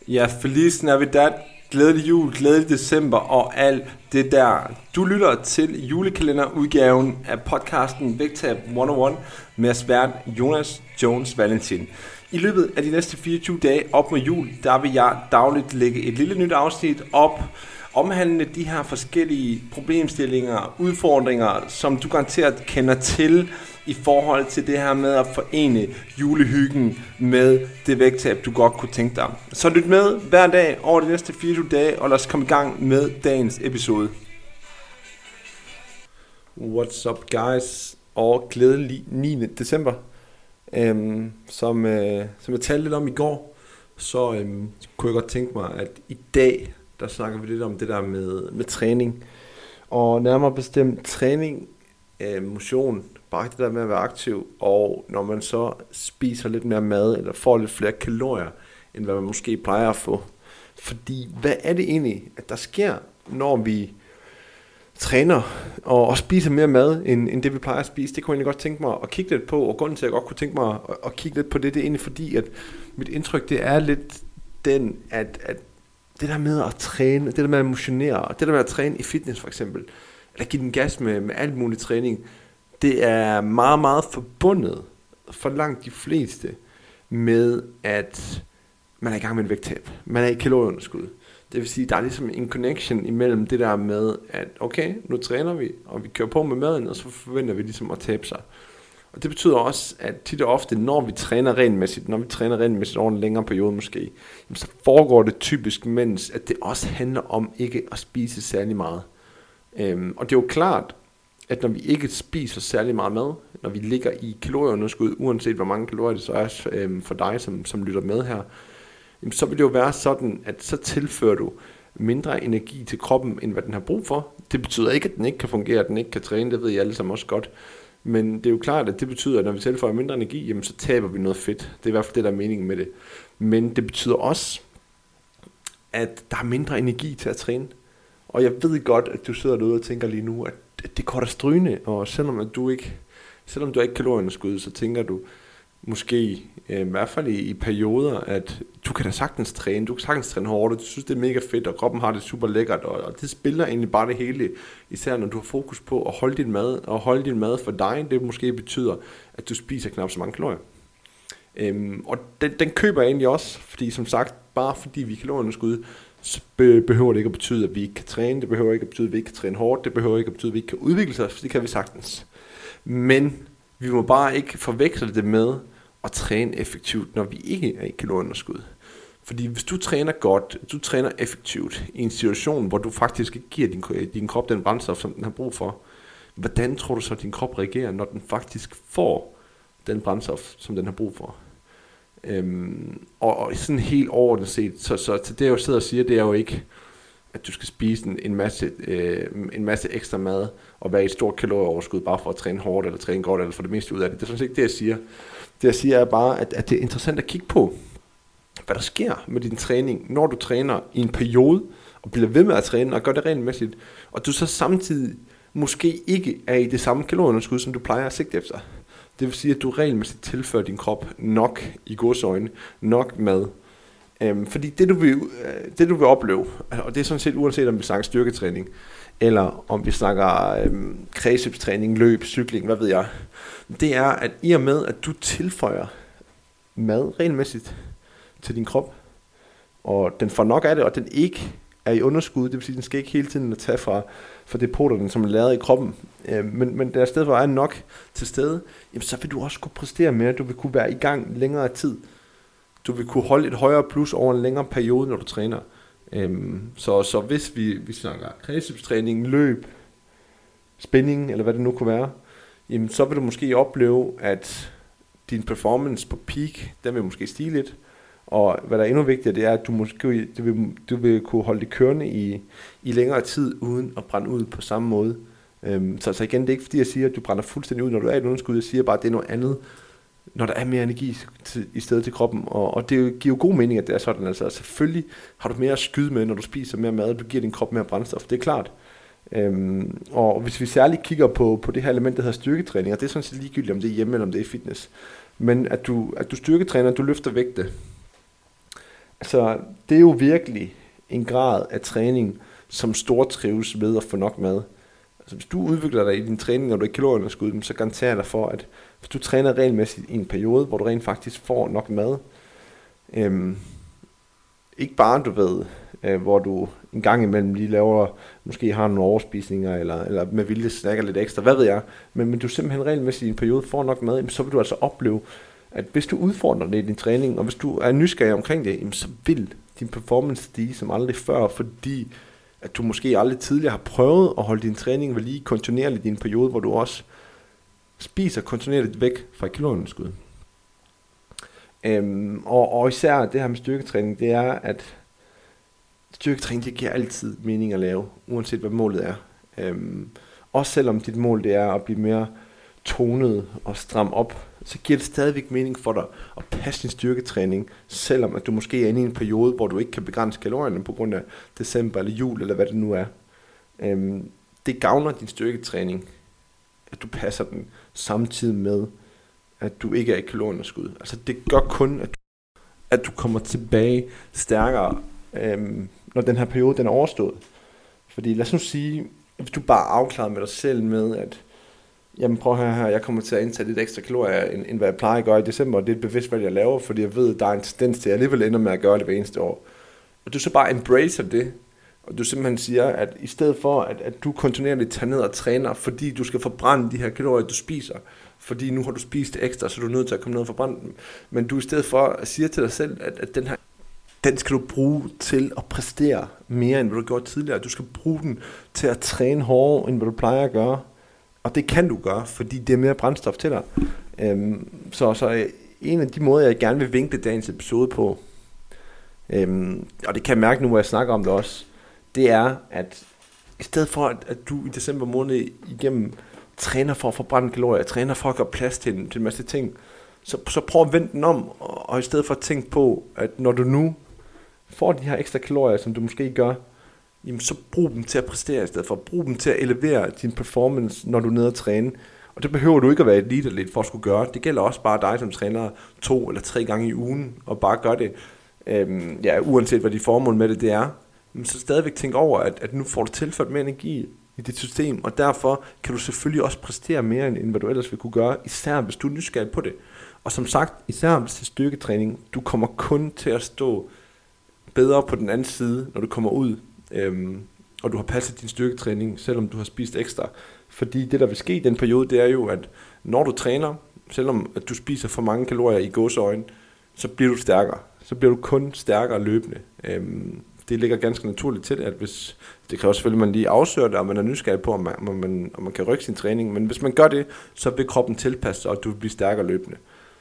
Ja, Feliz Navidad, glædelig jul, glædelig december og alt det der. Du lytter til julekalenderudgaven af podcasten Vægtab 101 med vært Jonas Jones Valentin. I løbet af de næste 24 dage op mod jul, der vil jeg dagligt lægge et lille nyt afsnit op, omhandlende de her forskellige problemstillinger, udfordringer, som du garanteret kender til i forhold til det her med at forene julehyggen med det vægttab, du godt kunne tænke dig. Så lyt med hver dag over de næste 24 dage, og lad os komme i gang med dagens episode. What's up guys, og glædelig 9. december. Som jeg talte lidt om i går, så kunne jeg godt tænke mig, at i dag, der snakker vi lidt om det der med træning. Og nærmere bestemt træning, motion, bare det der med at være aktiv, og når man så spiser lidt mere mad, eller får lidt flere kalorier, end hvad man måske plejer at få. Fordi, hvad er det egentlig, at der sker, når vi træner og spiser mere mad, end det vi plejer at spise? Det kunne jeg egentlig godt tænke mig at kigge lidt på, og grunden til, at jeg godt kunne tænke mig at kigge lidt på det, det er egentlig fordi, at mit indtryk, det er lidt den, at det der med at træne, det der med at motionere, det der med at træne i fitness for eksempel, eller give den gas med alt mulig træning, det er meget, meget forbundet for langt de fleste med, at man er i gang med en vægttab. Man er i kalorieunderskud. Det vil sige, der er ligesom en connection imellem det der med, at okay, nu træner vi, og vi kører på med maden, og så forventer vi ligesom at tabe sig. Og det betyder også, at tit og ofte, når vi træner regelmæssigt over en længere periode måske, så foregår det typisk, mens at det også handler om ikke at spise særlig meget. Og det er jo klart, at når vi ikke spiser særlig meget mad, når vi ligger i kalorieunderskud, uanset hvor mange kalorier det så er for dig, som lytter med her, så vil det jo være sådan, at så tilfører du mindre energi til kroppen, end hvad den har brug for. Det betyder ikke, at den ikke kan fungere, at den ikke kan træne, det ved I alle sammen også godt. Men det er jo klart, at det betyder, at når vi tilføjer mindre energi, jamen så taber vi noget fedt. Det er i hvert fald det, der er meningen med det. Men det betyder også, at der er mindre energi til at træne. Og jeg ved godt, at du sidder derude og tænker lige nu, at det går da strygende, og selvom du ikke kalorieunderskud, så tænker du måske, i hvert fald i perioder, at du kan da sagtens træne, hårdt, og du synes det er mega fedt, og kroppen har det super lækkert, og det spiller egentlig bare det hele, især når du har fokus på at holde din mad for dig, det måske betyder, at du spiser knap så mange kalorier. Og den køber jeg egentlig også, fordi som sagt, bare fordi vi er kalorieunderskud, så behøver det ikke at betyde, at vi ikke kan træne, det behøver ikke at betyde, at vi ikke kan træne hårdt, det behøver ikke at betyde, at vi ikke kan udvikle sig, for det kan vi sagtens. Men vi må bare ikke forveksle det med at træne effektivt, når vi ikke er i kalorieunderskud. Fordi hvis du træner godt, du træner effektivt i en situation, hvor du faktisk ikke giver din krop den brændstof, som den har brug for, hvordan tror du så, at din krop reagerer, når den faktisk får den brændstof, som den har brug for? Og sådan helt overordnet set, så til det jeg jo sidder og siger, det er jo ikke, at du skal spise en masse ekstra mad og være i et stort kalorieoverskud bare for at træne hårdt eller træne godt eller få det meste ud af det. Det er sådan set ikke det jeg siger. Det jeg siger er bare, at det er interessant at kigge på, hvad der sker med din træning, når du træner i en periode og bliver ved med at træne og gør det regelmæssigt, og du så samtidig måske ikke er i det samme kalorieunderskud, som du plejer at sigte efter. Det vil sige, at du regelmæssigt tilfører din krop nok, i godsøjne, nok mad. Fordi det du vil opleve, og det er sådan set uanset om vi snakker styrketræning, eller om vi snakker kredsløbstræning, løb, cykling, hvad ved jeg, det er, at i og med, at du tilføjer mad regelmæssigt til din krop, og den får nok af det, og den ikke er i underskud, det vil sige, at den skal ikke hele tiden tage fra depoterne, som er lavet i kroppen, men der stedet for er nok til stede, jamen, så vil du også kunne præstere mere, du vil kunne være i gang længere tid, du vil kunne holde et højere plus over en længere periode, når du træner. Så hvis vi snakker kredsløbstræning, løb, spænding, eller hvad det nu kunne være, jamen, så vil du måske opleve, at din performance på peak, den vil måske stige lidt. Og hvad der er endnu vigtigere, det er, at du vil kunne holde det kørende i længere tid, uden at brænde ud på samme måde. Så igen, det er ikke fordi, jeg siger, at du brænder fuldstændig ud, når du er i et underskud. Jeg siger bare, at det er noget andet, når der er mere energi i stedet til kroppen. Og det giver jo god mening, at det er sådan. Altså selvfølgelig har du mere at skyde med, når du spiser mere mad, du giver din krop mere brændstof. Det er klart. Og hvis vi særligt kigger på det her element, der hedder styrketræning, og det er sådan set ligegyldigt, om det er hjemme eller om det er fitness. Men at du styrketræner, du løfter vægte, Altså, det er jo virkelig en grad af træning, som stortrives ved at få nok mad. Altså, hvis du udvikler dig i din træning, og du ikke kalorieunderskud, så garanterer jeg dig for, at hvis du træner regelmæssigt i en periode, hvor du rent faktisk får nok mad, ikke bare, du ved, hvor du en gang imellem lige laver, måske har nogle overspisninger, eller med vilje snakker lidt ekstra, hvad ved jeg, men du simpelthen regelmæssigt i en periode får nok mad, så vil du altså opleve, at hvis du udfordrer det i din træning, og hvis du er nysgerrig omkring det, så vil din performance stige som aldrig før, fordi at du måske aldrig tidligere har prøvet at holde din træning ved lige kontinuerligt i en periode, hvor du også spiser kontinuerligt væk fra kalorieunderskud. Og især det her med styrketræning, det er, at styrketræning, det giver altid mening at lave, uanset hvad målet er. Også selvom dit mål det er at blive mere tonet og stram op, så giver det stadigvæk mening for dig at passe din styrketræning, selvom at du måske er inde i en periode, hvor du ikke kan begrænse kalorierne på grund af december eller jul, eller hvad det nu er. Det gavner din styrketræning, at du passer den samtidig med, at du ikke er i kalorieunderskud. Altså det gør kun, at du kommer tilbage stærkere, når den her periode den er overstået. Fordi lad os nu sige, hvis du bare er afklaret med dig selv med, at jamen prøv her, jeg kommer til at indtage lidt ekstra kalorier, end hvad jeg plejer at gøre i december, og det er et bevidst valg, jeg laver, fordi jeg ved, at der er en tendens til, at jeg alligevel ender med at gøre det hver eneste år. Og du så bare embracer det, og du simpelthen siger, at i stedet for, at du kontinuerligt tager ned og træner, fordi du skal forbrænde de her kalorier, du spiser, fordi nu har du spist ekstra, så du er nødt til at komme ned og forbrænde dem, men du i stedet for siger til dig selv, at den skal du bruge til at præstere mere, end hvad du gjorde tidligere. Du skal bruge den til at træne hårdere, end hvad du plejer at gøre. Og det kan du gøre, fordi det er mere brændstof til dig. Så en af de måder, jeg gerne vil vinkle dagens episode på, og det kan jeg mærke nu, hvor jeg snakker om det også, det er, at i stedet for, at du i december måned igennem træner for at forbrænde kalorier, træner for at gøre plads til en masse ting, så prøv at vende den om, og i stedet for at tænke på, at når du nu får de her ekstra kalorier, som du måske gør, jamen så brug dem til at præstere i stedet for. Brug dem til at elevere din performance, når du er nede at træne. Og det behøver du ikke at være elite for at skulle gøre. Det gælder også bare dig, som træner 2 eller 3 gange i ugen, og bare gør det, uanset hvad dit formål med det er. Men så stadigvæk tænk over, at nu får du tilført mere energi i dit system, og derfor kan du selvfølgelig også præstere mere, end hvad du ellers ville kunne gøre, især hvis du er nysgerrig på det. Og som sagt, især hvis det er styrketræning, du kommer kun til at stå bedre på den anden side, når du kommer ud, og du har passet din styrketræning, selvom du har spist ekstra. Fordi det, der vil ske i den periode, det er jo, at når du træner, selvom at du spiser for mange kalorier i gåseøjne, så bliver du stærkere. Så bliver du kun stærkere løbende. Det ligger ganske naturligt til, at hvis, det kræver selvfølgelig, at man lige afsøger det, og man er nysgerrig på, om man kan rykke sin træning, men hvis man gør det, så vil kroppen tilpasse sig, og du vil blive stærkere løbende.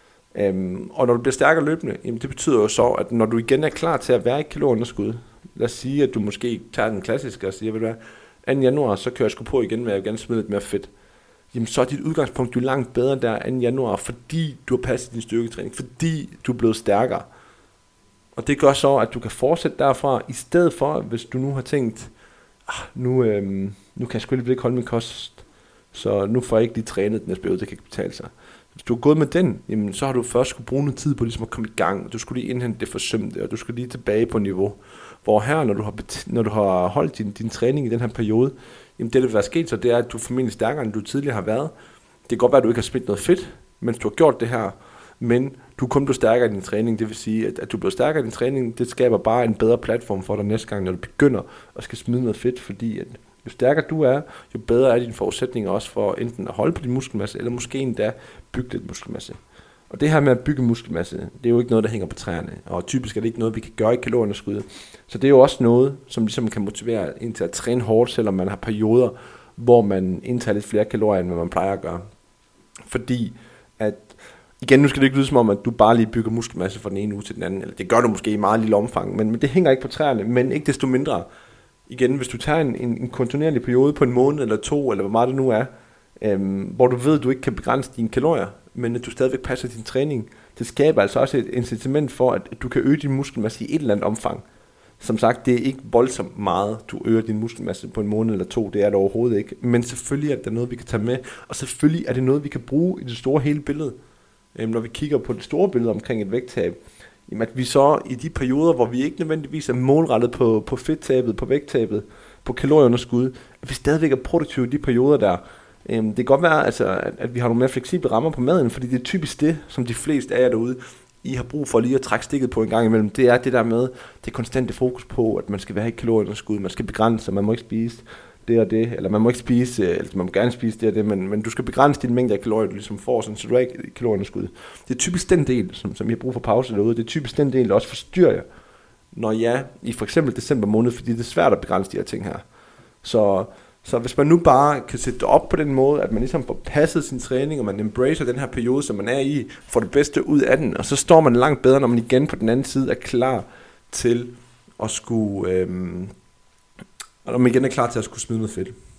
Og når du bliver stærkere løbende, jamen det betyder jo så, at når du igen er klar til at være i kalorieunderskud, lad os sige, at du måske tager den klassiske og siger, ved du hvad, 2. januar, så kører jeg sgu på igen, men jeg vil gerne smide lidt mere fedt. Jamen så er dit udgangspunkt jo langt bedre der 2. januar, fordi du har passet din styrketræning, fordi du er blevet stærkere. Og det gør så, at du kan fortsætte derfra, i stedet for, hvis du nu har tænkt, nu kan jeg sgu ikke holde min kost, så nu får jeg ikke lige trænet den næste periode, det kan ikke betale sig. Hvis du er gået med den, jamen, så har du først skulle bruge noget tid på ligesom at komme i gang. Du skulle lige indhente det forsømte, og du skulle lige tilbage på niveau. Hvor her, når du har holdt din træning i den her periode, jamen det der vil være sket, så det er, at du er formentlig stærkere, end du tidligere har været. Det kan godt være, at du ikke har smidt noget fedt, mens du har gjort det her, men du er kun blevet stærkere i din træning. Det vil sige, at du bliver stærkere i din træning, det skaber bare en bedre platform for dig næste gang, når du begynder at skal smide noget fedt, fordi at jo stærkere du er, jo bedre er dine forudsætninger også for enten at holde på din muskelmasse, eller måske endda bygge lidt muskelmasse. Og det her med at bygge muskelmasse, det er jo ikke noget, der hænger på træerne, og typisk er det ikke noget, vi kan gøre i kalorieunderskud. Så det er jo også noget, som ligesom kan motivere en til at træne hårdt, selvom man har perioder, hvor man indtager lidt flere kalorier, end hvad man plejer at gøre. Fordi at, igen, nu skal det ikke lyde som om, at du bare lige bygger muskelmasse fra den ene uge til den anden, eller det gør du måske i meget lille omfang, men det hænger ikke på træerne, men ikke desto mindre. Igen, hvis du tager en kontinuerlig periode på en måned eller 2, eller hvor meget det nu er, hvor du ved, at du ikke kan begrænse dine kalorier, men at du stadigvæk passer din træning, det skaber altså også et incitament for, at du kan øge din muskelmasse i et eller andet omfang. Som sagt, det er ikke voldsomt meget, du øger din muskelmasse på en måned eller 2, det er det overhovedet ikke. Men selvfølgelig er det noget, vi kan tage med, og selvfølgelig er det noget, vi kan bruge i det store hele billede. Når vi kigger på det store billede omkring et vægttab, jamen, at vi så i de perioder, hvor vi ikke nødvendigvis er målrettet på fedttabet, på vægttabet, på kalorieunderskud, at vi stadigvæk er produktive i de perioder der. Det kan godt være, altså, at vi har nogle mere fleksible rammer på maden, fordi det er typisk det, som de fleste af jer derude, I har brug for lige at trække stikket på en gang imellem. Det er det der med det konstante fokus på, at man skal være i kalorieunderskud, man skal begrænse, man må ikke spise det og det, eller man må ikke spise, eller man må gerne spise det og det, men du skal begrænse din mængde af kalorier, du ligesom får, sådan, så du er ikke i kalorieunderskud. Det er typisk den del, som I har brug for pause derude. Det er typisk den del, der også forstyrrer jer, når jeg i for eksempel december måned, fordi det er svært at begrænse de her ting her. Så hvis man nu bare kan sætte det op på den måde, at man ligesom får passet sin træning, og man embracer den her periode, som man er i, får det bedste ud af den, og så står man langt bedre, når man igen på den anden side er klar til at skulle, og når man igen er klar til at skulle smide noget fedt.